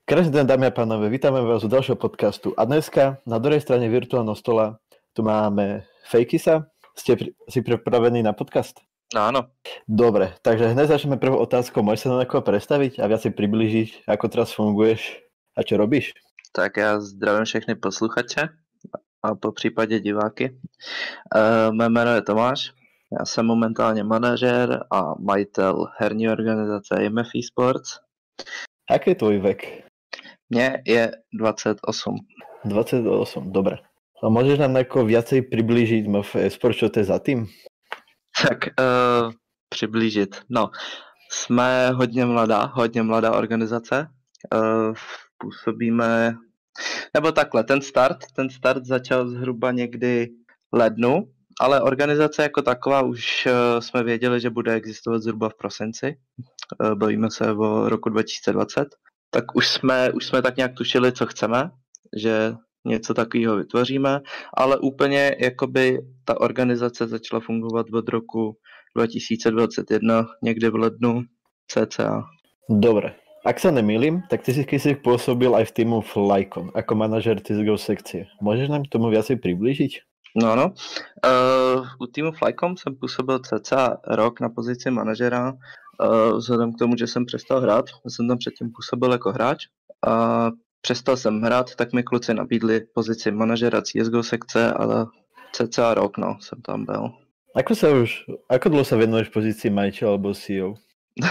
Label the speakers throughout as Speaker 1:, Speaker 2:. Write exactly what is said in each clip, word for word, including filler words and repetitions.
Speaker 1: Krásny deň, dámy a pánové, vítame vás u ďalšieho podcastu. A dneska na druhej strane virtuálneho stola tu máme Fejkisa. Ste pri, si pripravení na podcast?
Speaker 2: Áno.
Speaker 1: Dobre, takže hneď začneme prvou otázkou. Môžeš sa na niekoho predstaviť a viac si priblížiť, ako teraz funguješ a čo robíš?
Speaker 2: Tak já zdravím všechny posluchače a po případě diváky. Uh, mé jméno je Tomáš, já jsem momentálně manažer a majitel herní organizace I M F eSports.
Speaker 1: Aký je tvoj vek?
Speaker 2: Mně je dvacet osm.
Speaker 1: dvacet osm, dobre. A môžeš nám nejako viacej priblížiť M F eSports, čo to je za tým?
Speaker 2: Tak uh, přiblížit. No, jsme hodně mladá, hodně mladá organizace. Uh, působíme, nebo takhle, ten start, ten start začal zhruba někdy lednu, ale organizace jako taková už uh, jsme věděli, že bude existovat zhruba v prosinci. Uh, bavíme se o roku dva tisíce dvacet. Tak už jsme, už jsme tak nějak tušili, co chceme, že něco takového vytvoříme, ale úplně jakoby ta organizace začala fungovat od roku dva tisíce dvacet jedna, někdy v lednu cca.
Speaker 1: Dobre. Ak sa nemýlim, tak ty si kedysi pôsobil aj v týmu Flycon ako manažer C S G O sekcie. Môžeš nám k tomu viacej priblížiť?
Speaker 2: No, no. Uh, u týmu Flycom jsem působil cca rok na pozici manažera. Uh, vzhledem k tomu, že jsem přestal hrát, jsem tam předtím působil jako hráč a přestal jsem hrát, tak mi kluci nabídli pozici manažera C S G O sekce, ale cca rok, no, jsem tam byl.
Speaker 1: Ako sa už, ako dlho sa venuješ pozícii majiteľa alebo C E O?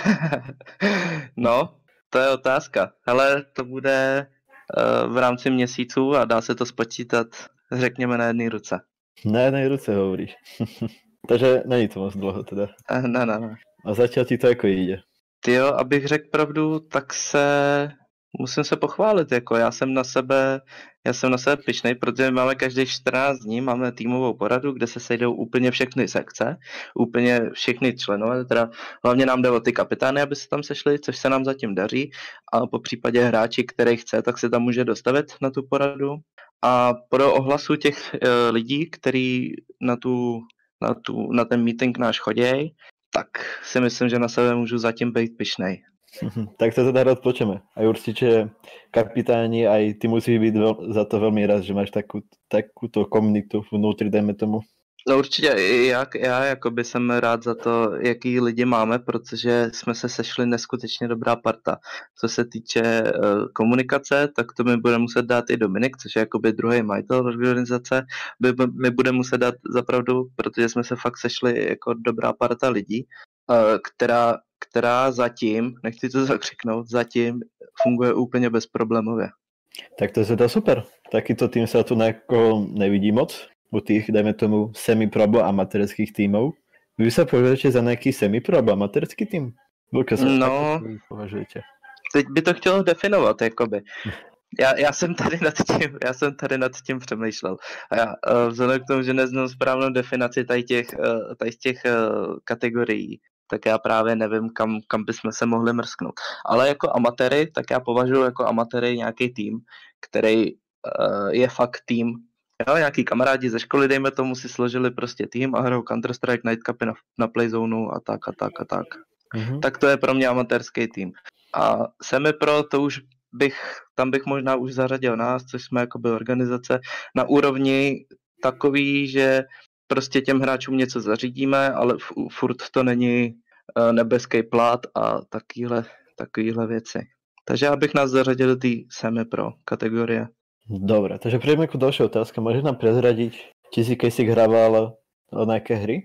Speaker 2: No, to je otázka. Hele, to bude uh, v rámci měsíců a dá se to spočítat, řekněme, na jedné ruce.
Speaker 1: Na jednej ruce hovoríš. Takže není to moc dlouho teda.
Speaker 2: Uh, ne, ne, ne.
Speaker 1: A zatiaľ ti to jako jde?
Speaker 2: Tyjo, abych řekl pravdu, tak se musím se pochválit, jako já jsem na sebe, já jsem na sebe pyšnej, protože máme každých čtrnáct dní, máme týmovou poradu, kde se sejdou úplně všechny sekce, úplně všechny členové, teda hlavně nám jde o ty kapitány, aby se tam sešli, což se nám zatím daří, a po případě hráči, který chce, tak se tam může dostavit na tu poradu. A pro ohlasu těch e, lidí, kteří na, tu, na, tu, na ten meeting náš choděj, tak si myslím, že na sebe můžu zatím být pyšnej.
Speaker 1: Tak to teda rád počujeme. A určite kapitáni aj ty musí byť veľ, za to veľmi rád, že máš takú, takúto komunitu vnútri, dajme tomu.
Speaker 2: No určitě, jak, já jakoby jsem rád za to, jaký lidi máme, protože jsme se sešli neskutečně dobrá parta. Co se týče uh, komunikace, tak to mi bude muset dát i Dominik, což je jakoby druhý majitel organizace, by, mi bude muset dát zapravdu, protože jsme se fakt sešli jako dobrá parta lidí, uh, která, která zatím, nechci to zakřiknout, zatím funguje úplně bezproblémově.
Speaker 1: Tak to je teda super. Takýto tým sa tu nejako nevidí moc. U tých, dajme tomu, semi-pro alebo amatérských tímov. Vy sa považujete za nejaký semi-pro alebo amatérský tým? Vlka sa
Speaker 2: no,
Speaker 1: považujete.
Speaker 2: Teď by to chtělo definovat, jakoby. Já, já, jsem tady nad tím, já jsem tady nad tím přemýšlel. A já vzhledem k tomu, že neznám správnou definaci tady těch, tady těch kategorií, tak já právě nevím, kam, kam bychom se mohli mrsknout. Ale jako amatéry, tak já považuji jako amatéry nějaký tým, který je fakt tým. Jo, nějaký kamarádi ze školy, dejme tomu, si složili prostě tým a hrajou Counter-Strike, Nightcapy na, na Playzonu a tak a tak a tak. Mm-hmm. Tak to je pro mě amatérský tým. A semi-pro, to už bych, tam bych možná už zařadil nás, což jsme jako by organizace, na úrovni takový, že prostě těm hráčům něco zařídíme, ale furt to není nebeský plát a takovýhle, takovýhle věci. Takže já bych nás zařadil do té semi-pro kategorie.
Speaker 1: Dobre, takže prejdeme ku ďalšej otázke. Môžeš nám prezradiť, či si kedysi hrával o nejaké hry?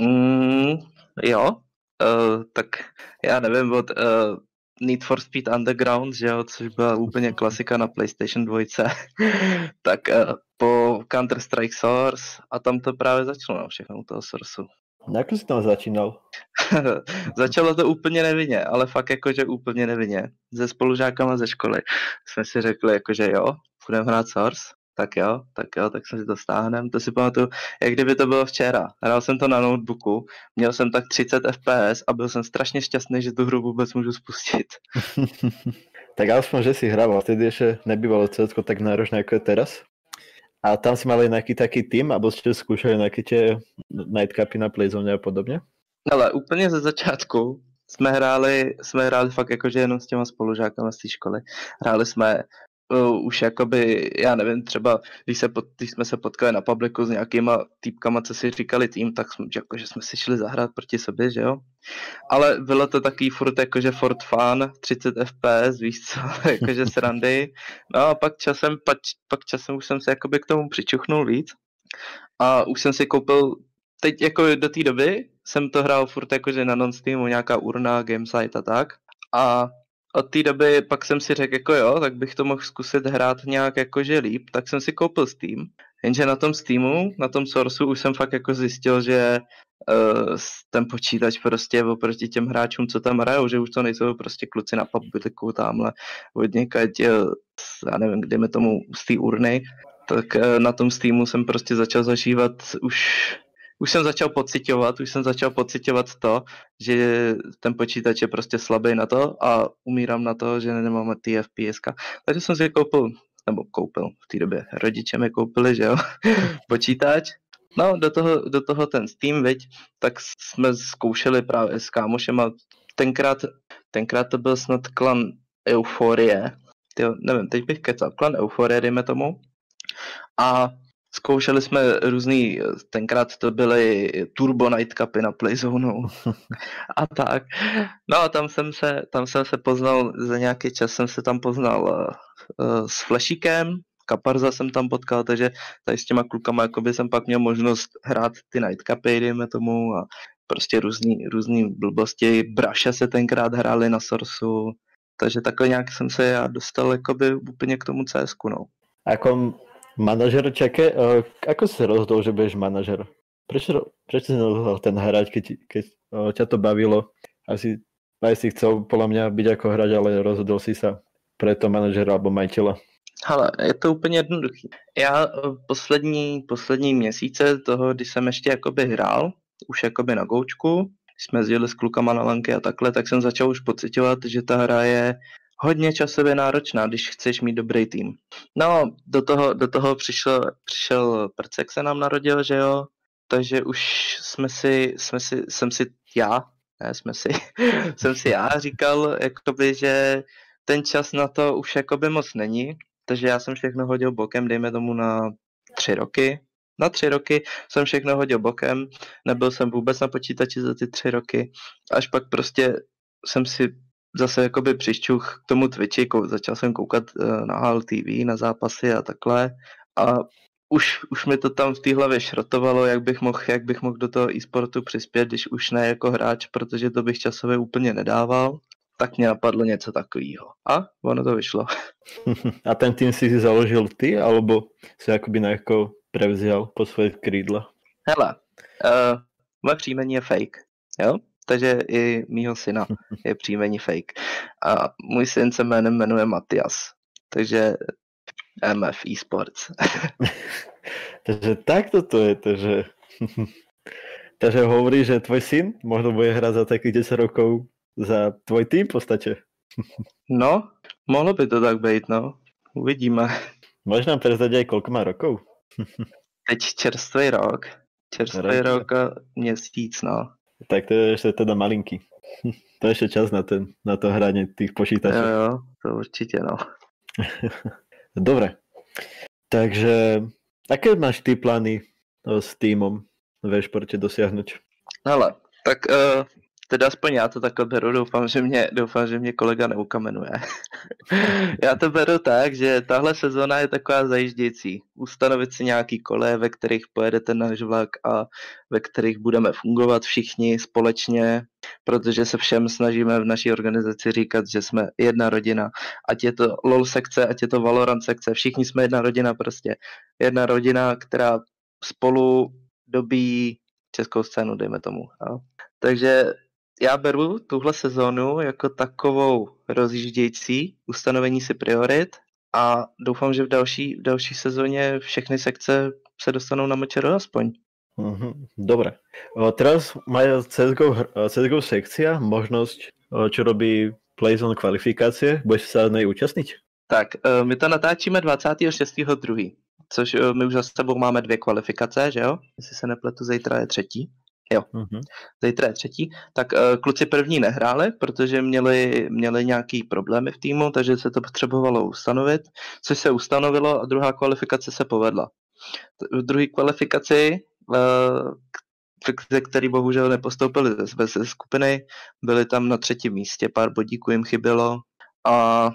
Speaker 2: Mm, jo, uh, tak já nevím, od uh, Need for Speed Underground, že jo, což byla úplně klasika na PlayStation dva, tak uh, po Counter-Strike Source a tam to právě začalo na všechno u toho Sourceu.
Speaker 1: Ako si tam začínal?
Speaker 2: Začalo to úplně nevinně, ale fakt jakože úplně nevinně. Se spolužákama ze školy jsme si řekli jakože jo, budeme hrát Source, tak jo, tak jo, tak jsme si to stáhnem. To si pamatuju, jak kdyby to bylo včera. Hrál jsem to na notebooku, měl jsem tak třicet F P S a byl jsem strašně šťastný, že tu hru vůbec můžu spustit.
Speaker 1: Tak aspoň, že si hrával, vtedy ešte nebývalo C S ko tak náročné ako je teraz. A tam si mali nejaký taký tým, alebo ste skúšali nejaké tie Nightcapy na Playzone a podobne?
Speaker 2: Ale úplně ze začátku jsme hráli, jsme hráli fakt jakože jenom s těma spolužákama z té školy. Hráli jsme uh, už jakoby, já nevím, třeba když, se pot, když jsme se potkali na publiku s nějakýma týpkama, co si říkali tým, tak jsme, jakože jsme si šli zahrát proti sobě, že jo. Ale bylo to takový furt jakože Fort Fun, třicet F P S, víš co, jakože srandy. No a pak časem, pak, pak časem už jsem se jakoby k tomu přičuchnul víc. A už jsem si koupil, teď jako do té doby jsem to hrál furt jakože na non-steamu, nějaká urna, gamesite a tak. A od té doby pak jsem si řekl, jako jo, tak bych to mohl zkusit hrát nějak jakože líp, tak jsem si koupil Steam. Jenže na tom Steamu, na tom Sourceu už jsem fakt jako zjistil, že uh, ten počítač prostě oproti těm hráčům, co tam hrajou, že už to nejsou prostě kluci na publiku tamhle od někať, já nevím, kde mi tomu z té urny, tak uh, na tom Steamu jsem prostě začal zažívat už Už jsem začal pociťovat, už jsem začal pociťovat to, že ten počítač je prostě slabý na to a umírám na to, že nemáme ty F P S ka. Takže jsem si koupil, nebo koupil v té době, rodiče mi koupili, že jo, počítač. No, do toho, do toho ten Steam, viď, tak jsme zkoušeli právě s kámošema. Tenkrát, tenkrát to byl snad klan Euforie. Tyjo, nevím, teď bych kecal, klan Euforie, dejme tomu. A zkoušeli jsme různý, tenkrát to byly Turbo Night Cupy na Playzone a tak. No a tam jsem se, tam jsem se poznal, za nějaký čas jsem se tam poznal uh, s Flashíkem, Kaparza jsem tam potkal, takže tady s těma klukama jakoby jsem pak měl možnost hrát ty Night Cupy, dejme tomu, a prostě různý, různý blbosti. Braše se tenkrát hráli na Sourceu, takže takhle nějak jsem se já dostal jakoby úplně k tomu C S ku, no.
Speaker 1: Ako manažer čaké, uh, ako si rozhodol, že budeš manažer? Prečo, prečo si rozhodol ten hráč, keď, keď uh, ťa to bavilo? Asi aj si chcel podľa mňa byť ako hráč, ale rozhodol si sa pre to manažera alebo majiteľa.
Speaker 2: Hele, je to úplně jednoduchý. Já poslední, poslední měsíce toho, když jsem ještě jakoby hrál, už jakoby na goučku, když jsme jezdili s klukama na lanky a takhle, tak jsem začal už pociťovat, že ta hra je hodně časově náročná, když chceš mít dobrý tým. No, do toho, do toho přišel, přišel Prcek se nám narodil, že jo, takže už jsme si, jsme si, jsem si já, ne, jsme si, jsem si já říkal, jakoby, že ten čas na to už jakoby moc není, takže já jsem všechno hodil bokem, dejme tomu na tři roky. Na tři roky jsem všechno hodil bokem, nebyl jsem vůbec na počítači za ty tři roky, až pak prostě jsem si zase jakoby přišťuch k tomu Twitchi, kou, začal jsem koukat uh, na H L T V, na zápasy a takhle a už, už mi to tam v té hlavě šrotovalo, jak bych mohl, jak bych mohl do toho e-sportu přispět, když už ne jako hráč, protože to bych časově úplně nedával, tak mě napadlo něco takového. A ono to vyšlo.
Speaker 1: A ten tým si založil ty, alebo si jakoby nejako prevzal po svoje krídla?
Speaker 2: Hele, uh, moje příjmení je fake, jo? Takže i mýho syna je příjmení fake. A můj syn se jménem jmenuje Matias. Takže M F eSports.
Speaker 1: Takže takto to je, takže... takže hovorí, že tvoj syn možno bude hrať za takých desať rokov za tvoj tým v podstate.
Speaker 2: No, mohlo by to tak být, no. Uvidíme.
Speaker 1: Môžeš nám prezradiť aj koľko má rokov?
Speaker 2: Teď čerstvý rok. Čerstvý rok a měsíc, no.
Speaker 1: Tak to je ešte teda malinký. To je ešte čas na, ten, na to hranie tých počítačov.
Speaker 2: Jo, jo, to určite, no.
Speaker 1: Dobre. Takže, aké máš ty plány s týmom v e-športe dosiahnuť?
Speaker 2: Hele, tak uh, teda aspoň já to takhle beru, doufám, že mě, doufám, že mě kolega neukamenuje. Já to beru tak, že tahle sezóna je taková zajíždějící. Ustanovit si nějaký koleje, ve kterých pojede ten náš vlak a ve kterých budeme fungovat všichni společně, protože se všem snažíme v naší organizaci říkat, že jsme jedna rodina. Ať je to LOL sekce, ať je to Valorant sekce, všichni jsme jedna rodina prostě. Jedna rodina, která spolu dobíjí českou scénu, dejme tomu. Jo. Takže já beru tuhle sezónu jako takovou rozjíždějící, ustanovení si priorit a doufám, že v další, v další sezóně všechny sekce se dostanou na M Č R aspoň.
Speaker 1: Mm-hmm. Dobre. O, teraz majú C S G O, C S G O sekcia možnosť, o, čo robí Playzone kvalifikácie. Budeš sa nej účastniť?
Speaker 2: Tak, my to natáčíme dvacátého šestého druhého což my už za sebou máme dvě kvalifikace, že jo? Jestli se nepletu, zítra je třetí. Jo,
Speaker 1: Mhm.
Speaker 2: zítra je třetí, tak uh, kluci první nehráli, protože měli, měli nějaký problémy v týmu, takže se to potřebovalo ustanovit, což se ustanovilo a druhá kvalifikace se povedla. V druhé kvalifikaci, uh, ze který bohužel nepostoupili ze, ze skupiny, byli tam na třetím místě, pár bodíků jim chybělo a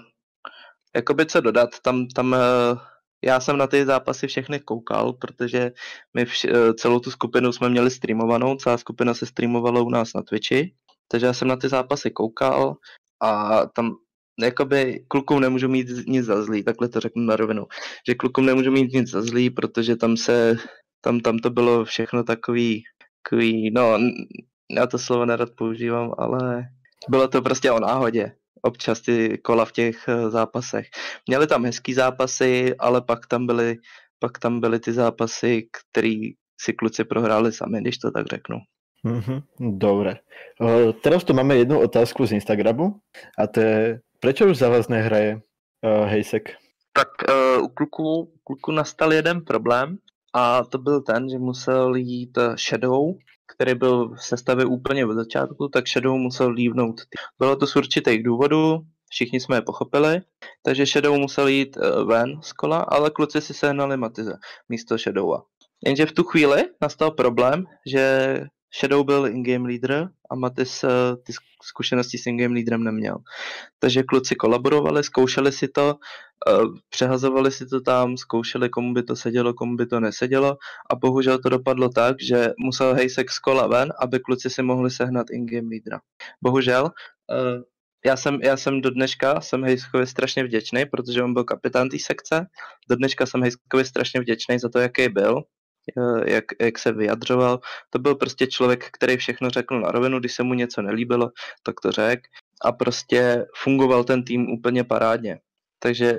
Speaker 2: jakoby co dodat, tam, tam uh, já jsem na ty zápasy všechny koukal, protože my vš- celou tu skupinu jsme měli streamovanou, celá skupina se streamovala u nás na Twitchi, takže já jsem na ty zápasy koukal a tam jakoby klukům nemůžu mít nic za zlý, takhle to řeknu na rovinu, že klukům nemůžu mít nic za zlý, protože tam se, tam, tam to bylo všechno takový, takový, no já to slovo nerad používám, ale bylo to prostě o náhodě. Občas ty kola v těch zápasech. Měli tam hezký zápasy, ale pak tam byly, pak tam byly ty zápasy, který si kluci prohráli sami, když to tak řeknu.
Speaker 1: Mm-hmm, dobre. Uh, teraz tu máme jednu otázku z Instagramu a to je, prečo už za vás nehraje uh, Hejsek?
Speaker 2: Tak uh, u kluku, kluku nastal jeden problém a to byl ten, že musel jít Shadow, který byl v sestavě úplně od začátku, tak Shadow musel lívnout. Bylo to z určitých důvodů, všichni jsme je pochopili, takže Shadow musel jít uh, ven z kola, ale kluci si sehnali Matize místo Shadowa. Jenže v tu chvíli nastal problém, že Shadow byl in-game leader a Matiz uh, ty zkušenosti s in-game leaderem neměl. Takže kluci kolaborovali, zkoušeli si to, uh, přehazovali si to tam, zkoušeli, komu by to sedělo, komu by to nesedělo a bohužel to dopadlo tak, že musel Hejsek z kola ven, aby kluci si mohli sehnat in-game leadera. Bohužel, uh, já jsem, já jsem do dneška jsem Hejskovi strašně vděčný, protože on byl kapitán té sekce, do dneška jsem Hejskovi strašně vděčný za to, jaký byl, Jak, jak se vyjadřoval. To byl prostě člověk, který všechno řekl na rovinu, když se mu něco nelíbilo, tak to řekl a prostě fungoval ten tým úplně parádně. Takže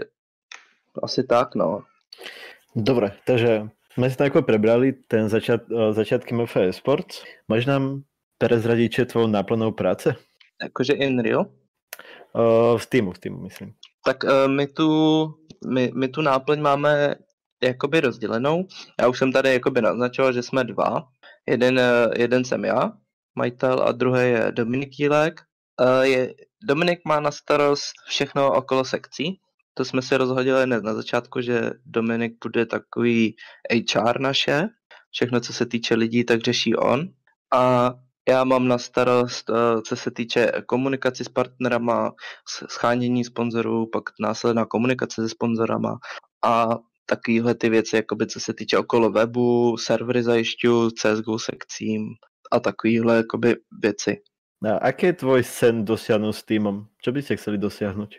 Speaker 2: asi tak, no.
Speaker 1: Dobre, takže sme si tak prebrali ten začiat, začiatky em ef Esports. Môžeš nám prezradiť, čo je tvojou náplnou práce?
Speaker 2: Jakože in real?
Speaker 1: Uh, v týmu, v týmu, myslím.
Speaker 2: Tak uh, my, tu, my, my tu náplň máme jakoby rozdělenou. Já už jsem tady jakoby naznačoval, že jsme dva. Jeden, jeden jsem já, majitel, a druhý je Dominik Jílek. Uh, je, Dominik má na starost všechno okolo sekcí. To jsme si rozhodili hned na začátku, že Dominik bude takový há er naše. Všechno, co se týče lidí, tak řeší on. A já mám na starost, co se týče komunikaci s partnerama, schánění sponzorů, pak následná komunikace se sponzorama a takovéhle ty věci, jakoby co se týče okolo webu, servery zajišťuju, C S G O sekcím a takovéhle jakoby věci.
Speaker 1: A aký je tvoj sen dosiahnuť s týmom? Čo by ste chceli dosiahnuť?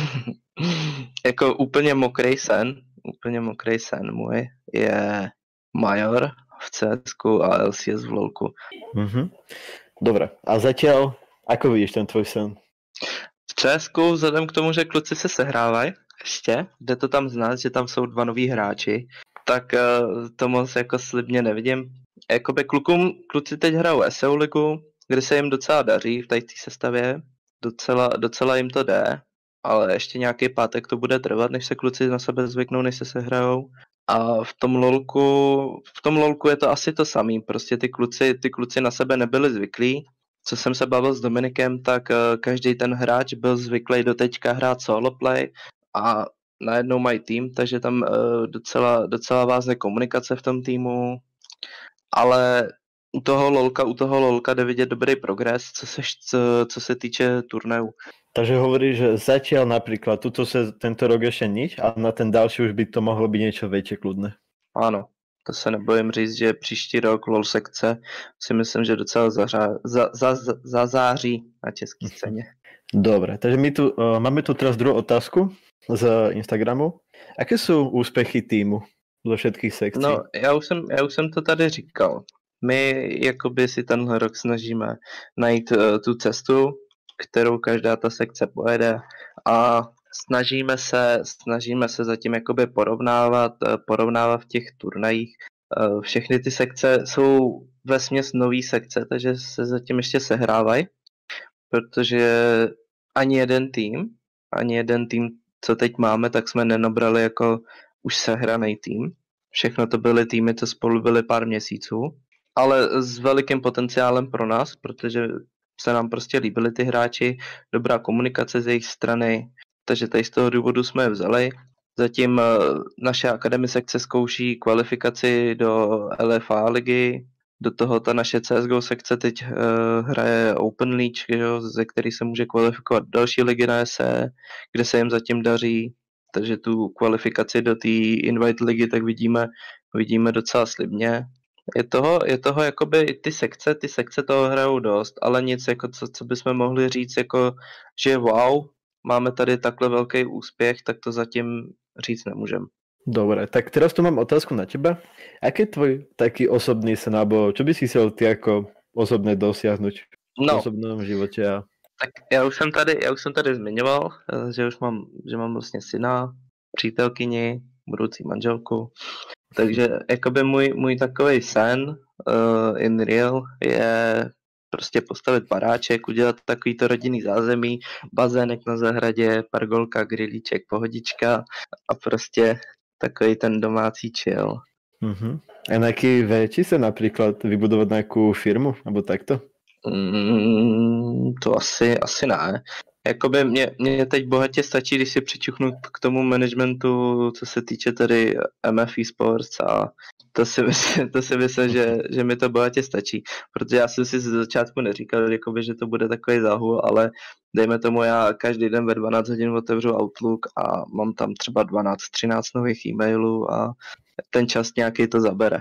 Speaker 2: Jako úplně mokrý sen, úplně mokrý sen můj je Major v C S K a L C S v LoLku.
Speaker 1: Mm-hmm. Dobre, a zatiaľ, ako vidíš ten tvoj sen?
Speaker 2: V C S K vzhledem k tomu, že kluci se sehrávají ještě, jde to tam znát, že tam jsou dva noví hráči, tak uh, to moc jako slibně nevidím. Jakoby klukům, kluci teď hrajou S E O ligu, kde se jim docela daří v té sestavě, docela, docela jim to jde, ale ještě nějaký pátek to bude trvat, než se kluci na sebe zvyknou, než se sehrajou. A v tom lolku, v tom lolku je to asi to samý, prostě ty kluci, ty kluci na sebe nebyli zvyklí. Co jsem se bavil s Dominikem, tak uh, každý ten hráč byl zvyklý do teďka hrát solo play a najednou mají tým, takže tam uh, docela, docela vázne komunikace v tom týmu, ale u toho lolka, u toho lolka jde vidět dobrý progres, co se, co, co se týče turnajů.
Speaker 1: Takže hovorí, že zatiaľ napríklad, tuto se tento rok ešte nič a na ten další už by to mohlo byť niečo väčšie kľudné.
Speaker 2: Ano, to se nebojím říct, že příští rok LoL sekce si myslím, že docela zařá, za, za, za, zazáří na české scéně.
Speaker 1: Dobre, takže my tu, uh, máme tu teraz druhú otázku z Instagramu. Aké sú úspechy týmu zo všetkých sekcí?
Speaker 2: No, já už, jsem, já už jsem to tady říkal. My jakoby si tenhle rok snažíme najít uh, tu cestu, kterou každá ta sekce pojede a snažíme se, snažíme se zatím jakoby porovnávat, porovnávat v těch turnajích. Všechny ty sekce jsou vesměs nový sekce, takže se zatím ještě sehrávají, protože ani jeden tým, ani jeden tým, co teď máme, tak jsme nenobrali jako už sehraný tým. Všechno to byly týmy, co spolu byly pár měsíců. ale s velikým potenciálem pro nás, protože se nám prostě líbily ty hráči, dobrá komunikace z jejich strany, takže tady z toho důvodu jsme je vzali. Zatím naše akademie sekce zkouší kvalifikaci do L F A ligy, do toho ta naše C S G O sekce teď uh, hraje Open League, jo, ze který se může kvalifikovat další ligy na S E, kde se jim zatím daří, takže tu kvalifikaci do té Invite ligy tak vidíme, vidíme docela slibně. Je toho, je toho jakoby ty sekce, ty sekce toho hrajou dost, ale nic jako co, co bychom mohli říct jako, že wow, máme tady takhle velký úspěch, tak to zatím říct nemůžem.
Speaker 1: Dobre, tak teraz tu mám otázku na teba. Aký je tvoj taký osobný sen, alebo čo by si chcel ty ako osobné dosiahnuť v
Speaker 2: No,
Speaker 1: osobnom životě? A...
Speaker 2: tak já už jsem tady, já už jsem tady zmiňoval, že už mám, že mám vlastně syna, přítelkyni, budoucí manželku. Takže jakoby můj, můj takový sen uh, in real je prostě postavit baráček, udělat takovýto rodinný zázemí, bazének na zahradě, pargolka, grilíček, pohodička a prostě takový ten domácí chill.
Speaker 1: Uh-huh. A na jaký větší se například vybudovat nějakou firmu, nebo takto?
Speaker 2: Mm, to asi, asi ne. Jakoby mě, mě teď bohatě stačí, když si přičuchnu k tomu managementu, co se týče tady M F E Sports a to si myslím, to si myslím že, že mi to bohatě stačí, protože já jsem si ze začátku neříkal, jakoby, že to bude takový záhul, ale dejme tomu, já každý den ve dvanáct hodin otevřu Outlook a mám tam třeba dvanáct třináct nových e-mailů a ten čas nějaký to zabere.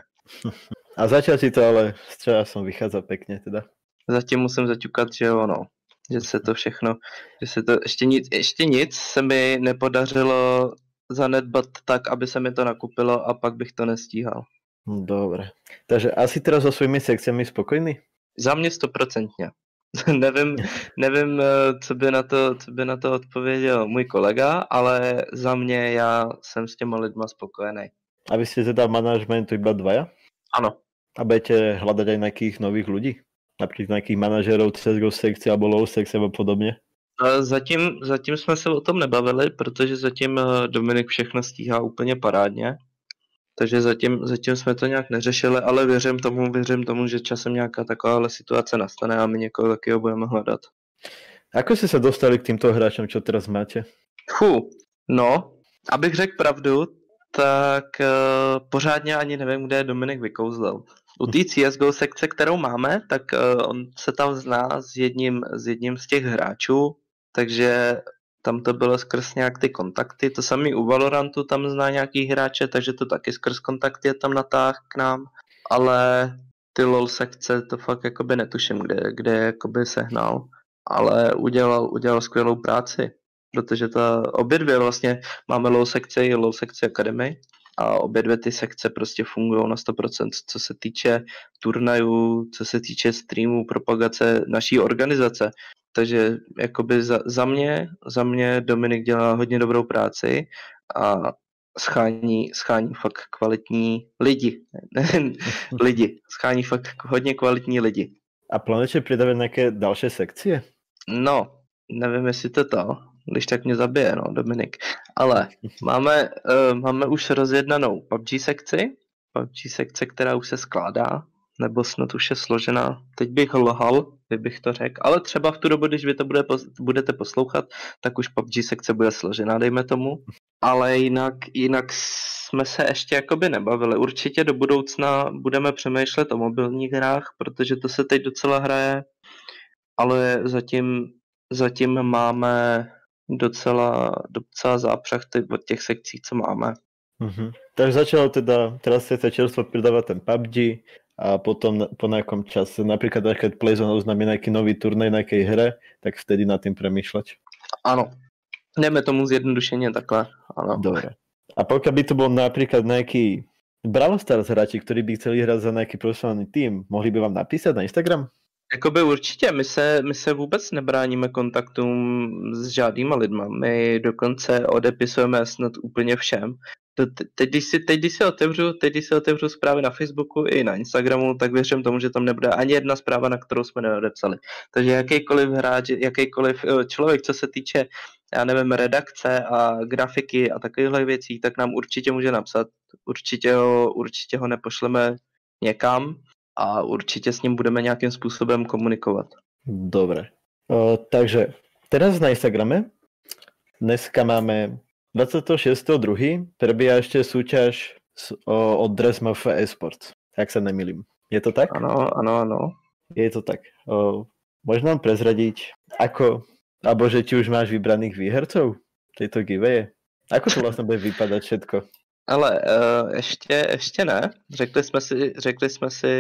Speaker 1: A začal si to, ale s časom vychádza pekne teda.
Speaker 2: Zatím musím zaťukat, že jo, no. Že se to všechno, že se to, ještě nic, ještě nic se mi nepodařilo zanedbat tak, aby se mi to nakupilo a pak bych to nestíhal.
Speaker 1: Dobre. Takže asi teraz so svými sekciami spokojný?
Speaker 2: Za mě stoprocentně. nevím, nevím, co by, na to, co by na to odpověděl můj kolega, ale za mě já jsem s těma lidma spokojený.
Speaker 1: A vy ste teda v manažmentu iba dvaja?
Speaker 2: Ano.
Speaker 1: A budete hľadať aj nejakých nových ľudí? Například nějakých manažerů C S G O sekce alebo low sekce nebo podobně?
Speaker 2: Zatím, zatím jsme se o tom nebavili, protože zatím Dominik všechno stíhá úplně parádně. Takže zatím, zatím jsme to nějak neřešili, ale věřím tomu, věřím tomu, že časem nějaká takováhle situace nastane a my někoho takového budeme hledat.
Speaker 1: Ako ste sa dostali k týmto hráčom, čo teraz máte?
Speaker 2: Fú, no, abych řekl pravdu, tak uh, pořádně ani nevím, kde je Dominik vykouzlil. U té C S G O sekce, kterou máme, tak uh, on se tam zná s jedním, s jedním z těch hráčů, takže tam to bylo skrz nějak ty kontakty. To samý u Valorantu tam zná nějaký hráče, takže to taky skrz kontakty je tam natáh k nám. Ale ty LoL sekce to fakt jakoby netuším, kde, kde jakoby sehnal. Ale udělal, udělal skvělou práci, protože ta, obě dvě vlastně máme LoL sekce i LoL sekce Academy a obě dvě ty sekce prostě fungují na sto procent, co se týče turnajů, co se týče streamů, propagace naší organizace. Takže jakoby za, za mě, za mě Dominik dělá hodně dobrou práci a schání, schání fakt kvalitní lidi. lidi. Schání fakt hodně kvalitní lidi.
Speaker 1: A plánujete přidávat nějaké další sekcie?
Speaker 2: No, nevím, jestli to to, když tak mě zabije, no, Dominik. Ale máme, uh, máme už rozjednanou P U B G sekci, P U B G sekce, která už se skládá, nebo snad už je složená. Teď bych lhal, kdybych to řekl, ale třeba v tu dobu, když vy to bude, budete poslouchat, tak už P U B G sekce bude složená, dejme tomu. Ale jinak, jinak jsme se ještě jakoby nebavili. Určitě do budoucna budeme přemýšlet o mobilních hrách, protože to se teď docela hraje, ale zatím, zatím máme docela, docela zápřah od těch sekcí, co máme.
Speaker 1: Uh-huh. Takže začalo teda, teraz chcete čerstvo pridávať ten P U B G a potom po nejakom čase, napríklad keď Playzone oznámí nejaký nový turnaj na nejakej hre, tak vtedy nad tým premýšľať.
Speaker 2: Ano, jdeme tomu zjednodušeně takhle. Ano.
Speaker 1: Dobre. A pokiaľ by to bol napríklad nejaký Brawl Stars hráči, ktorí by chceli hrať za nejaký profesionálny tým, mohli by vám napísať na Instagram?
Speaker 2: Jakoby určitě, my se, my se vůbec nebráníme kontaktům s žádnýma lidma, my dokonce odepisujeme snad úplně všem. Teď když, si, teď, když si otevřu, teď, když si otevřu zprávy na Facebooku i na Instagramu, tak věřím tomu, že tam nebude ani jedna zpráva, na kterou jsme neodepsali. Takže jakýkoliv hráč, jakýkoliv člověk, co se týče, já nevím, redakce a grafiky a takovýchhle věcí, tak nám určitě může napsat. Určitě ho, určitě ho nepošleme někam, a určitě s ním budeme nějakým způsobem komunikovat.
Speaker 1: Dobre. O, takže teraz na Instagrame dneska máme dvadsiateho šiesteho druhého prebieha ešte súťaž o, od Dress em ef eSports, ak sa nemýlim. Je to tak?
Speaker 2: Ano, ano, ano.
Speaker 1: Je to tak. O, môžeš nám prezradiť, ako, alebo že či už máš vybraných výhercov tejto giveawaye? Ako to vlastne bude vypadať všetko?
Speaker 2: Ale uh, ještě, ještě ne. Řekli jsme, si, řekli jsme si,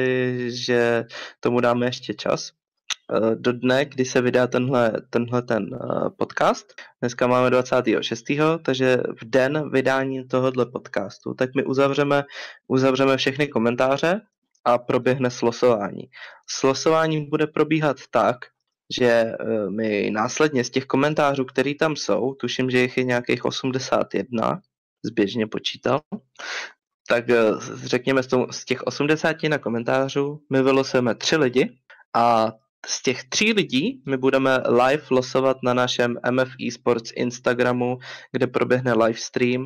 Speaker 2: že tomu dáme ještě čas. Uh, do dne, kdy se vydá tenhle, tenhle ten uh, podcast. Dneska máme dvacátého šestého takže v den vydání tohohle podcastu, tak my uzavřeme, uzavřeme všechny komentáře a proběhne slosování. Slosování bude probíhat tak, že uh, my následně z těch komentářů, které tam jsou, tuším, že jich je nějakých osmdesát jedna, zběžně počítal, tak řekněme z těch osmdesáti na komentářů my vylosujeme tři lidi a z těch tří lidí my budeme live losovat na našem M F eSports Instagramu, kde proběhne live stream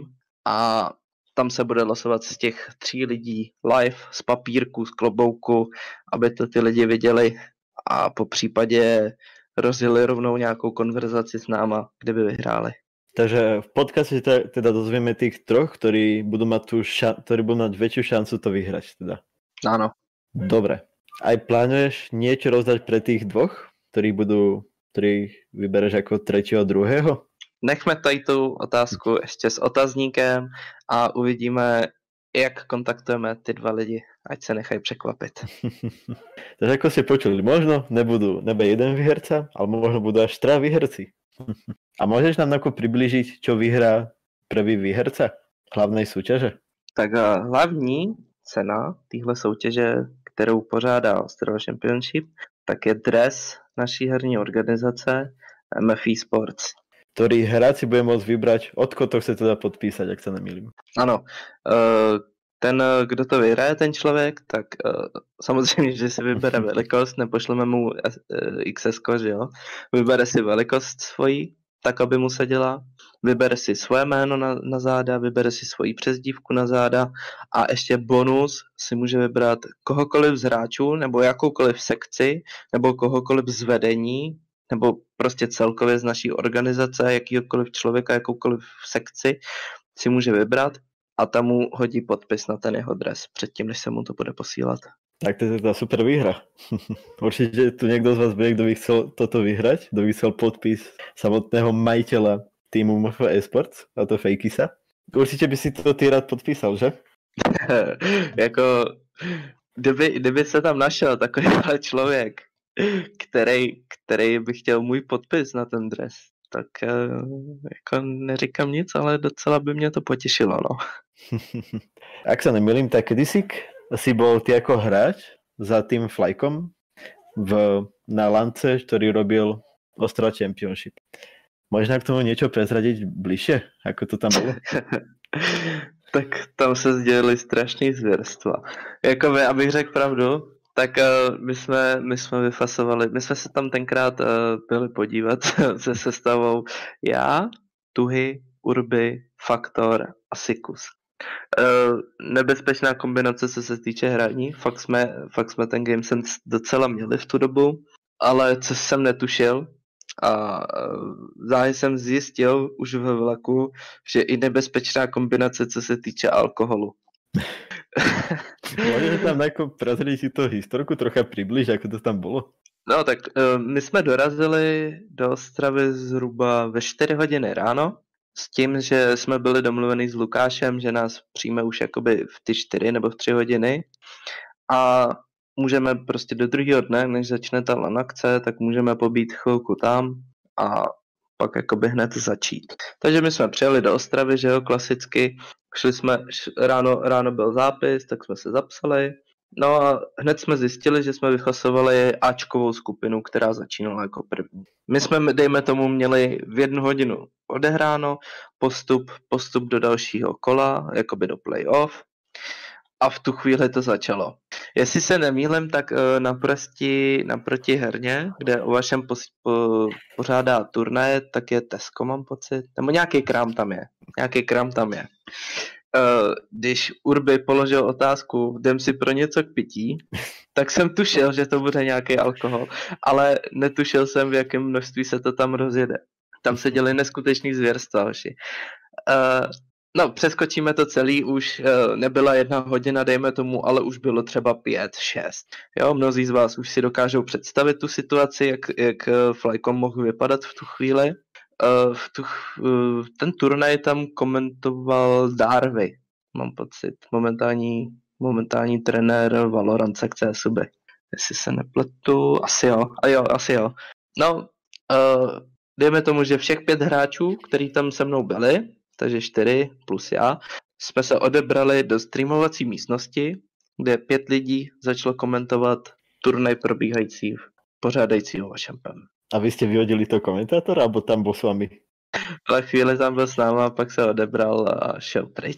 Speaker 2: a tam se bude losovat z těch tří lidí live z papírku, z klobouku, aby to ty lidi viděli a po případě rozjeli rovnou nějakou konverzaci s náma, kde by vyhráli.
Speaker 1: Takže v podcaste teda dozvieme tých troch, ktorí budú mať, tú ša- ktorí budú mať väčšiu šancu to vyhrať. Teda.
Speaker 2: Áno.
Speaker 1: Dobre. Aj plánuješ niečo rozdať pre tých dvoch, ktorí budú, ktorých vybereš ako tretieho, druhého?
Speaker 2: Nechme tady tu otázku ještě s otazníkem a uvidíme, jak kontaktujeme ty dva lidi. Ať se nechají překvapit.
Speaker 1: Takže ako ste počuli, možno nebudú, nebude jeden výherca, ale možno budú až traja výherci. A môžeš nám ako priblížiť, čo vyhrá prvý výherca hlavnej súťaže?
Speaker 2: Tak hlavní cena téhle soutěže, kterou pořádá Ostrava Championship, tak je dres naší herní organizace M F eSports.
Speaker 1: Ktorý hráci bude môcť vybrať, odkud to chce teda podpísať, ak sa nemýlim.
Speaker 2: Ano, ten, kdo to vyhraje, ten člověk, tak samozřejmě, že si vybere velikost, nepošleme mu X S, že jo, vybere si velikost svojí, tak, aby mu seděla, vybere si svoje jméno na, na záda, vybere si svoji přezdívku na záda a ještě bonus si může vybrat kohokoliv z hráčů, nebo jakoukoliv sekci, nebo kohokoliv z vedení, nebo prostě celkově z naší organizace, jakýkoliv člověka, jakoukoliv sekci si může vybrat a tam mu hodí podpis na ten jeho dres předtím, než se mu to bude posílat.
Speaker 1: Tak to je teda super výhra. Určite tu niekto z vás bude, kto by chcel toto vyhrať, kto by chcel podpis samotného majiteľa týmu M F eSports, a to Fejkisa. Určite by si to ty rád podpísal, že?
Speaker 2: Jako, kdyby, kdyby se tam našel takovýhle člověk, který, který by chtěl můj podpis na ten dres, tak jako neříkám nic, ale docela by mě to potěšilo, no.
Speaker 1: Ak sa nemýlim, tak kedysi si bol ty ako hráč za tým Flykom v, na lance, ktorý robil Ostrava Championship. Možná k tomu niečo prezradiť bližšie, ako to tam bolo?
Speaker 2: Tak tam se sdělili strašný zvěrstva. Jakoby, abych řekl pravdu, tak uh, my, jsme, my jsme vyfasovali, my jsme se tam tenkrát uh, byli podívat se sestavou já, Tuhy, Urby, Faktor a Sikus. Uh, nebezpečná kombinace, co se týče hraní, fakt jsme, fakt jsme ten game sense docela měli v tu dobu, ale co jsem netušil a uh, záhy jsem zjistil už ve vlaku, že i nebezpečná kombinace, co se týče alkoholu.
Speaker 1: Môžeš tam jako prezrieť si to historku, trocha približ, ako to tam bolo?
Speaker 2: No tak uh, my jsme dorazili do Ostravy zhruba ve čtyři hodiny ráno, s tím, že jsme byli domluveni s Lukášem, že nás přijme už jakoby v ty čtyři nebo v tři hodiny a můžeme prostě do druhého dne, než začne ta LAN akce, tak můžeme pobít chvilku tam a pak jakoby hned začít. Takže my jsme přijeli do Ostravy, že jo, klasicky, šli jsme, ráno, ráno byl zápis, tak jsme se zapsali, no a hned jsme zjistili, že jsme vyfasovali Ačkovou skupinu, která začínala jako první. My jsme, dejme tomu, měli v jednu hodinu odehráno, postup, postup do dalšího kola, jakoby do playoff a v tu chvíli to začalo. Jestli se nemýlím, tak naproti, naproti herně, kde o vašem po, po, pořádá turnaje, tak je Tesco, mám pocit, nebo nějaký krám tam je, nějaký krám tam je. Když Urby položil otázku, jdem si pro něco k pití, tak jsem tušil, že to bude nějaký alkohol, ale netušil jsem, v jakém množství se to tam rozjede. Tam se děly neskutečný zvěrstva, hoši. Uh, no, přeskočíme to celý, už uh, nebyla jedna hodina, dejme tomu, ale už bylo třeba pět, šest. Jo, mnozí z vás už si dokážou představit tu situaci, jak, jak Flycom mohl vypadat v tu chvíli. Uh, v tu, uh, ten turnaj tam komentoval Darvey, mám pocit, momentální, momentální trenér Valorant sekce S U B. Jestli se nepletu, asi jo, a jo, asi jo. No, uh, dejme tomu, že všech pět hráčů, kteří tam se mnou byli, takže čtyři plus já, jsme se odebrali do streamovací místnosti, kde pět lidí začalo komentovat turnaj probíhající pořádajícího Vašampem.
Speaker 1: A vy jste vyhodili toho komentátora, alebo tam byl s vámi?
Speaker 2: Ale chvíli tam byl s náma, pak se odebral a šel pryč.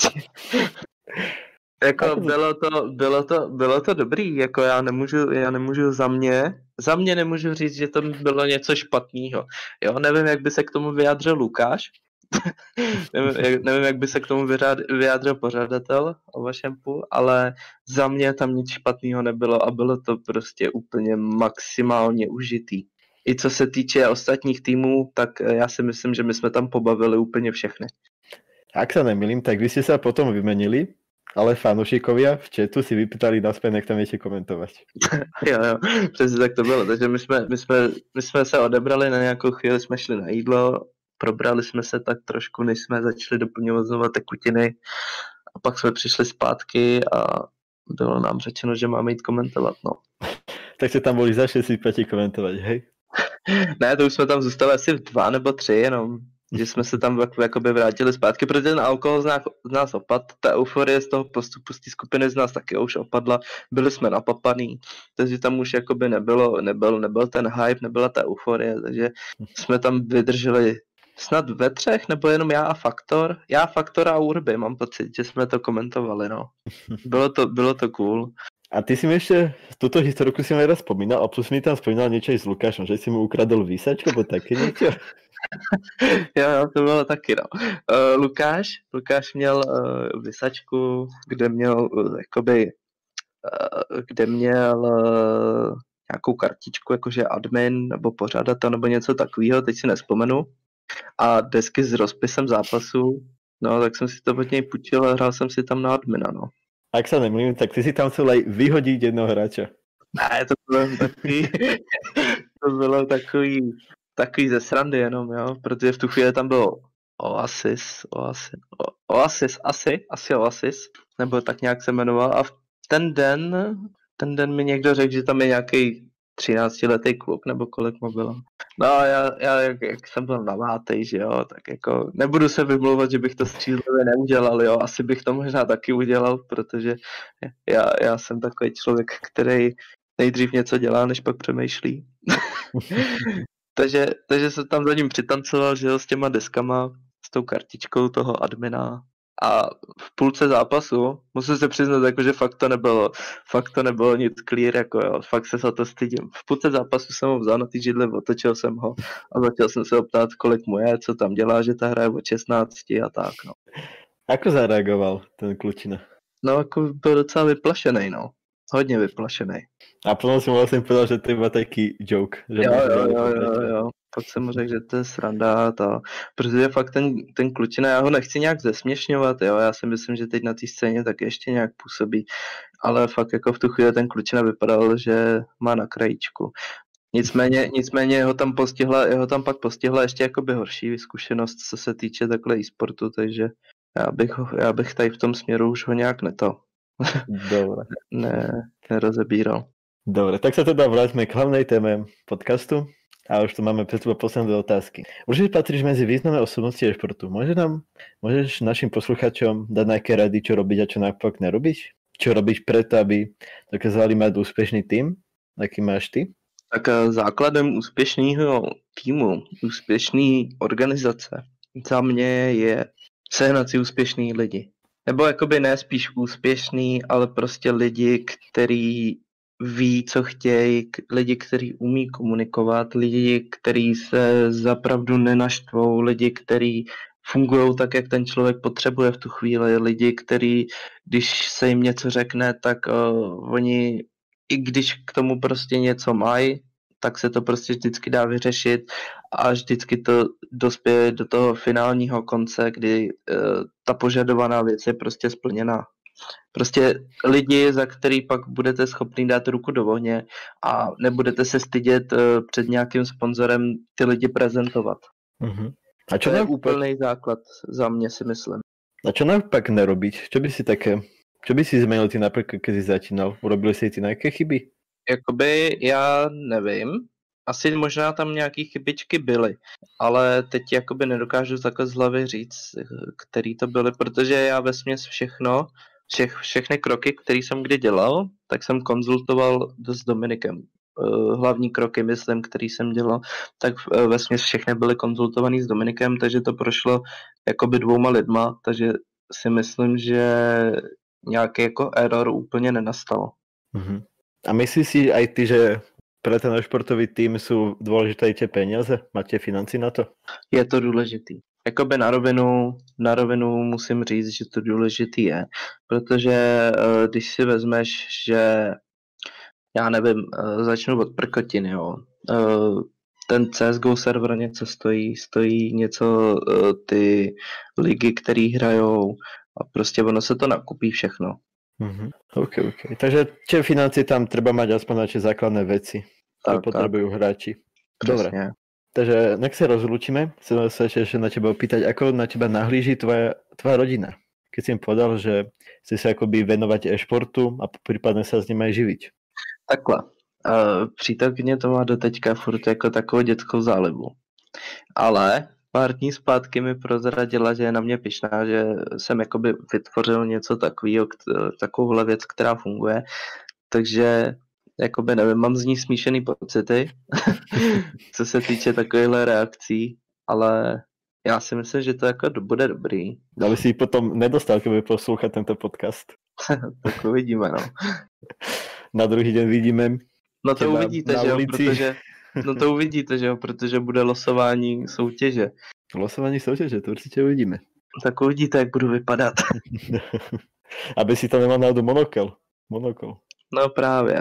Speaker 2: Jako bylo to, bylo to, bylo to dobrý, jako já nemůžu, já nemůžu za mě, za mě nemůžu říct, že to bylo něco špatného. Jo, nevím, jak by se k tomu vyjádřil Lukáš, nevím, jak, nevím, jak by se k tomu vyjádřil pořadatel o Vašempu, ale za mě tam nic špatného nebylo a bylo to prostě úplně maximálně užitý. I co se týče ostatních týmů, tak já si myslím, že my jsme tam pobavili úplně všechny.
Speaker 1: Ak sa nemýlim, tak vy ste sa potom vymenili, ale fanúšikovia v chatu si vypýtali naspäť, nech tam viete komentovať.
Speaker 2: Jo, jo, přesně tak to bylo. Takže my jsme, my, jsme, my jsme se odebrali na nějakou chvíli, jsme šli na jídlo, probrali jsme se tak trošku, než jsme začali doplňovat znova tekutiny a pak jsme přišli zpátky a bylo nám řečeno, že máme jít komentovat, no.
Speaker 1: Tak ste tam boli začali si pěti komentovat, hej?
Speaker 2: Ne, to už jsme tam zůstali asi v dva nebo tři jenom. Že jsme se tam jakoby vrátili zpátky, protože ten alkohol z nás, z nás opad, ta euforie z toho postupu z té skupiny z nás taky už opadla, byli jsme napapaný, takže tam už jakoby nebylo, nebyl, nebyl ten hype, nebyla ta euforie, takže jsme tam vydrželi snad ve třech, nebo jenom já a Faktor, já, Faktor a Urby, mám pocit, že jsme to komentovali, no. Bylo to, bylo to cool.
Speaker 1: A ty si mi ešte, túto historku si mi raz spomínal, a plus mi tam spomínal niečo aj s Lukášom, že si mu ukradol výsačku, alebo také niečo?
Speaker 2: Jo, jo, to bylo taky, no. Uh, Lukáš, Lukáš měl uh, vysačku, kde měl, uh, jakoby, uh, kde měl uh, nějakou kartičku, jakože admin, nebo pořadatel, nebo něco takového, teď si nespomenu. A desky s rozpisem zápasu, no, tak jsem si to od něj půjčil a hrál jsem si tam na admina, no.
Speaker 1: Ak sa nemýlim, tak ty si tam chcel aj vyhodiť jednoho hráča.
Speaker 2: Ne, to bylo takový, to bylo takový, takový ze srandy jenom, jo, protože v tu chvíli tam bylo Oasis, Oasis, Oasis, asi, asi Oasis, nebo tak nějak se jmenoval a v ten den, ten den mi někdo řekl, že tam je nějaký třináctiletý kluk, nebo kolik mu bylo. No a já, já jak, jak jsem byl navátej, že jo, tak jako nebudu se vymlouvat, že bych to střízlivě neudělal, jo, asi bych to možná taky udělal, protože já, já jsem takový člověk, který nejdřív něco dělá, než pak přemýšlí. takže, takže jsem tam za ním přitancoval, že jo, s těma deskama, s tou kartičkou toho admina. A v půlce zápasu, musím se přiznat, jako, že fakt to nebylo, fakt to nebylo nic clear, jako jo, fakt se za to stydím. V půlce zápasu jsem ho vzal na ty židle, otočil jsem ho a začal jsem se optát, kolik mu je, co tam dělá, že ta hra je od šestnácti a tak, no.
Speaker 1: Ako zareagoval ten klučina?
Speaker 2: No, jako byl docela vyplašený, no. Hodně vyplašený.
Speaker 1: A potom si mu vlastně povedal, že to je taký joke. Že
Speaker 2: jo, jo, jo, jo, jo. Pak jsem mu řekl, že to je sranda, to, protože fakt ten, ten klučina, já ho nechci nějak zesměšňovat, jo, já si myslím, že teď na té scéně tak ještě nějak působí, ale fakt jako v tu chvíli ten klučina vypadal, že má na krajíčku. Nicméně, nicméně jeho tam postihla, jeho tam pak postihla ještě jakoby horší zkušenost, co se týče takhle e-sportu, takže já bych, ho, já bych tady v tom směru už ho nějak neto.
Speaker 1: Dobre.
Speaker 2: ne, nerozebíral.
Speaker 1: Dobre, tak sa teda vráťme k hlavnej téme podcastu. A už tu máme pred sebou posledné otázky. Určite patríš medzi významné osobnosti e-športu. Môže nám, môžeš našim posluchačom dať nejaké rady, čo robiť a čo naopak nerobiť? Čo robiť preto, aby dokázali mať úspešný tým, aký máš ty?
Speaker 2: Tak základem úspěšného týmu, úspěšné organizace za mě je sehnat si úspěšný lidi. Nebo jakoby ne spíš úspěšný, ale prostě lidi, který ví, co chtějí, lidi, kteří umí komunikovat, lidi, kteří se zapravdu nenaštvou, lidi, kteří fungují tak, jak ten člověk potřebuje v tu chvíli, lidi, kteří, když se jim něco řekne, tak uh, oni i když k tomu prostě něco mají, tak se to prostě vždycky dá vyřešit a vždycky to dospěje do toho finálního konce, kdy uh, ta požadovaná věc je prostě splněná. Prostě lidi, za který pak budete schopni dát ruku do ohně a nebudete se stydět uh, před nějakým sponzorem ty lidi prezentovat.
Speaker 1: Uh-huh. A čo
Speaker 2: to je
Speaker 1: naopak...
Speaker 2: úplný základ za mě, si myslím.
Speaker 1: A čo naopak nerobiť? Čo by si také... Čo by si zmenil ty napríklad, keď si začínal? Urobili si ty nejaké chyby?
Speaker 2: Jakoby já nevím. Asi možná tam nějaký chybičky byly, ale teď jakoby nedokážu takhle z hlavy říct, který to byly, protože já vesměs všechno, všech, všechny kroky, které jsem kdy dělal, tak jsem konzultoval s Dominikem. Hlavní kroky, myslím, který jsem dělal, tak vesměs všechny byly konzultovaný s Dominikem, takže to prošlo jakoby dvouma lidma, takže si myslím, že nějaký jako error úplně nenastalo.
Speaker 1: Uh-huh. A myslíš si aj ty, že pre ten športový tým sú dôležité tie peniaze? Máte financí na to?
Speaker 2: Je to důležitý. Jakoby na rovinu, na rovinu musím říct, že to důležitý je, protože když si vezmeš, že já nevím, začnu od prkotiny, jo. Ten C S G O server něco stojí, stojí něco ty ligy, které hrajou a prostě ono se to nakupí všechno.
Speaker 1: Uh-huh. OK, OK. Takže tie financie tam treba mať aspoň na tie základné veci, ktoré potrebujú hráči. Dobre.
Speaker 2: Presne.
Speaker 1: Takže nech sa rozlúčime. Chcem sa ešte na teba opýtať, ako na teba nahlíži tvoja, tvoja rodina? Keď si im povedal, že chci sa akoby venovať e-športu a prípadne sa s ním aj živiť.
Speaker 2: Takhle. Uh, přítelkyně to má doteďka furt jako takovou dětskou zálibu. Ale pár dní zpátky mi prozradila, že je na mě pyšná, že jsem jakoby vytvořil něco takového, takovouhle věc, která funguje. Takže jakoby nevím, mám z ní smíšený pocity, co se týče takovýchhle reakcí, ale já si myslím, že to jako bude dobrý.
Speaker 1: Ale si potom nedostal, keby poslouchat tento podcast.
Speaker 2: Tak uvidíme, no.
Speaker 1: Na druhý den vidíme.
Speaker 2: No to uvidíte, že jo, protože, no to uvidíte, že jo, protože bude losování soutěže.
Speaker 1: Losování soutěže, to určitě uvidíme.
Speaker 2: Tak uvidíte, jak budu vypadat.
Speaker 1: Aby si to nemal náhodou monokel. Monokel.
Speaker 2: No právě.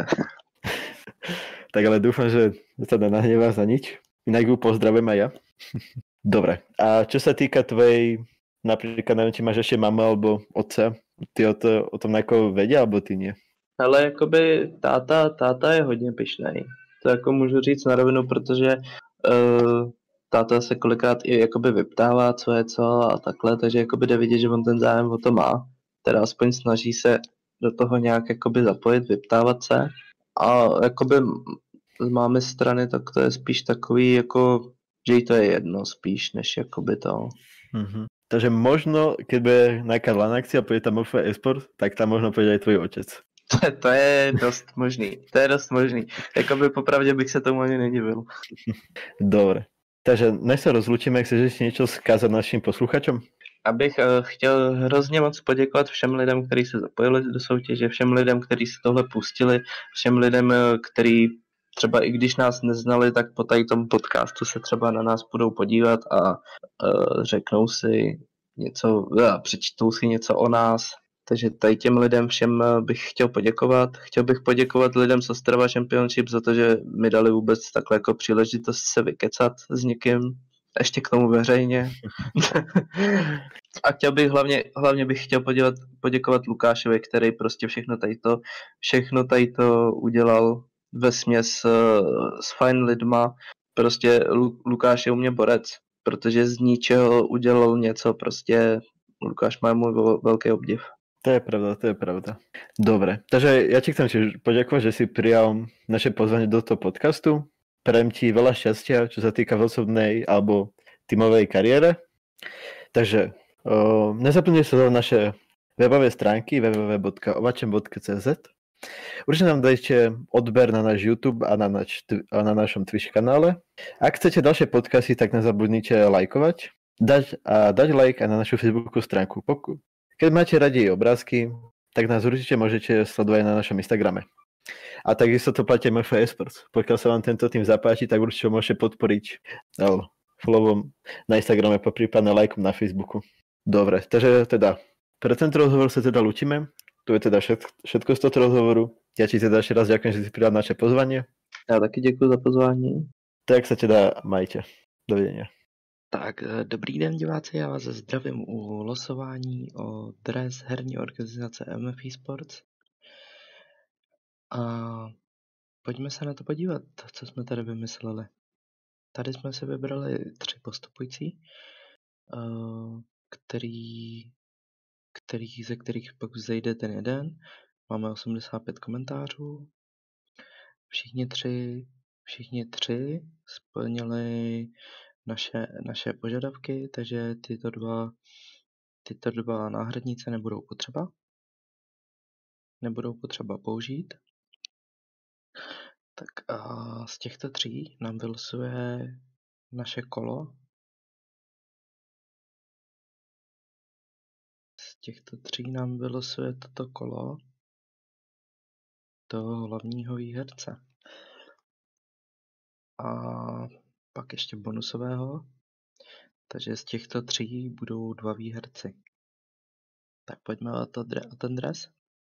Speaker 1: Tak ale dúfam, že sa nenahnevá za nič. Inak ju pozdravím aj ja. Dobre. A čo sa týka tvojej, napríklad neviem, či máš ešte mamu alebo otca, ty o, to, o tom nejako vedia, alebo ty nie?
Speaker 2: Ale jakoby táta, táta je hodně pyšnej. To jako můžu říct na rovinu, protože uh, táta se kolikrát i jakoby vyptává, co je co a takhle, takže jakoby jde vidět, že on ten zájem o to má. Teda aspoň snaží se do toho nějak jakoby zapojit, vyptávat se. A jakoby z mámy strany, tak to je spíš takový, jako, že jí to je jedno spíš, než jakoby to.
Speaker 1: Mm-hmm. Takže možno, keď bude nejaká LAN akcia a pôjde tam Moffa eSport, tak tam možno pôjde aj tvoj otec.
Speaker 2: To, to je dost možný, to je dost možný. Jakoby popravdě bych se tomu ani nedivil.
Speaker 1: Dobre. Takže než se rozlučíme, chceš ještě něco zkázat našim posluchačům?
Speaker 2: Abych uh, chtěl hrozně moc poděkovat všem lidem, kteří se zapojili do soutěže, všem lidem, kteří si tohle pustili, všem lidem, kteří třeba i když nás neznali, tak po tady tom podcastu se třeba na nás budou podívat a uh, řeknou si něco, uh, přečtou si něco o nás. Takže tady těm lidem všem bych chtěl poděkovat. Chtěl bych poděkovat lidem z Ostrava Championship za to, že mi dali vůbec takhle jako příležitost se vykecat s někým, ještě k tomu veřejně. A chtěl bych hlavně, hlavně bych chtěl poděkovat, poděkovat Lukášovi, který prostě všechno tady to, všechno tady to udělal vesměs s fajn lidma. Prostě Lukáš je u mě borec, protože z ničeho udělal něco, prostě Lukáš má můj velký obdiv.
Speaker 1: To je pravda, to je pravda. Dobre, takže ja ti chcem tiež poďakovať, že si prijal naše pozvanie do toho podcastu. Prajem ti veľa šťastia, čo sa týka v osobnej alebo tímovej kariére. Takže uh, nezapomínaj sa do naše webové stránky w w w bodka ovačem bodka c z. Určite nám dajte odber na náš YouTube a na, nač, a na našom Twitch kanále. Ak chcete ďalšie podcasty, tak nezabudnite lajkovať dať a dať like aj na našu Facebookovú stránku. Pokud Keď máte radi obrázky, tak nás určite môžete sledovať na našom Instagrame. A takisto to platí Moffa eSports. Pokiaľ sa vám tento tým zapáči, tak určite môžete podporiť no, followom na Instagrame, poprípadne lajkom na Facebooku. Dobre, takže teda pre tento rozhovor sa teda lúčime. to je teda všetko z tohto rozhovoru. Ja ti teda ešte raz ďakujem, že si prijal naše pozvanie.
Speaker 2: Já taky děkuji za pozvání.
Speaker 1: Tak sa teda majte. Dovidenia.
Speaker 2: Tak, dobrý den diváci, já vás zdravím u losování o dres herní organizace M F Esports. A pojďme se na to podívat, co jsme tady vymysleli. Tady jsme si vybrali tři postupující, který, který, ze kterých pak vzejde ten jeden. Máme osmdesát pět komentářů. Všichni tři, všichni tři splnili naše, naše požadavky, takže tyto dva, tyto dva náhradnice nebudou potřeba. Nebudou potřeba použít. Tak a z těchto tří nám vylosuje naše kolo. Z těchto tří nám vylosuje toto kolo toho hlavního výherce. A pak ještě bonusového. Takže z těchto tří budou dva výherci. Tak pojďme o, to, o ten dres.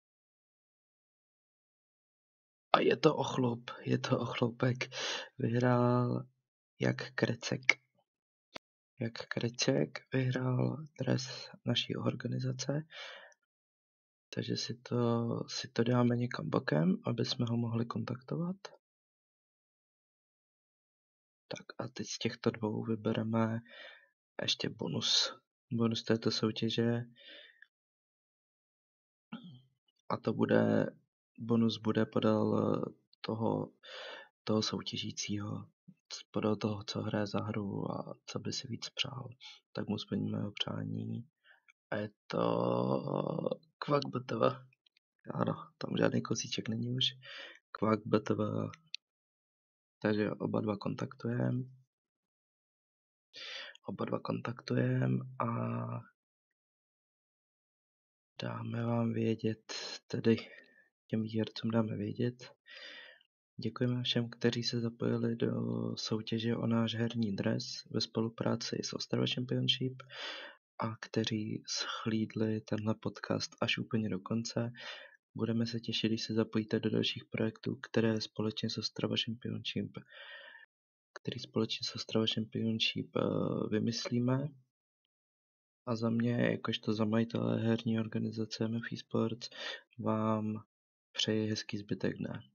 Speaker 2: A je to ochlup, je to ochloupek. Vyhrál Jak Krecek. Jak Krecek vyhrál dres naší organizace. Takže si to, si to dáme někam bokem, aby jsme ho mohli kontaktovat. Tak a teď z těchto dvou vybereme ještě bonus. Bonus této soutěže. A to bude, bonus bude podal toho, toho soutěžícího, podal toho, co hraje za hru a co by si víc přál. Tak mu splníme jeho přání. A je to Kvak B T V. Ano, tam žádný kosíček není už. Kvak B T V. Takže oba dva kontaktujeme. Oba dva kontaktujeme a dáme vám vědět, tedy těm výhercům dáme vědět. Děkujeme všem, kteří se zapojili do soutěže o náš herní dres ve spolupráci s Ostrava Championship a kteří schlídli tenhle podcast až úplně do konce. Budeme se těšit, když se zapojíte do dalších projektů, které společně s Ostrava Championship, který společně s Ostrava Championship vymyslíme. A za mě, jakožto za majitele herní organizace M F Esports, vám přeji hezký zbytek dne.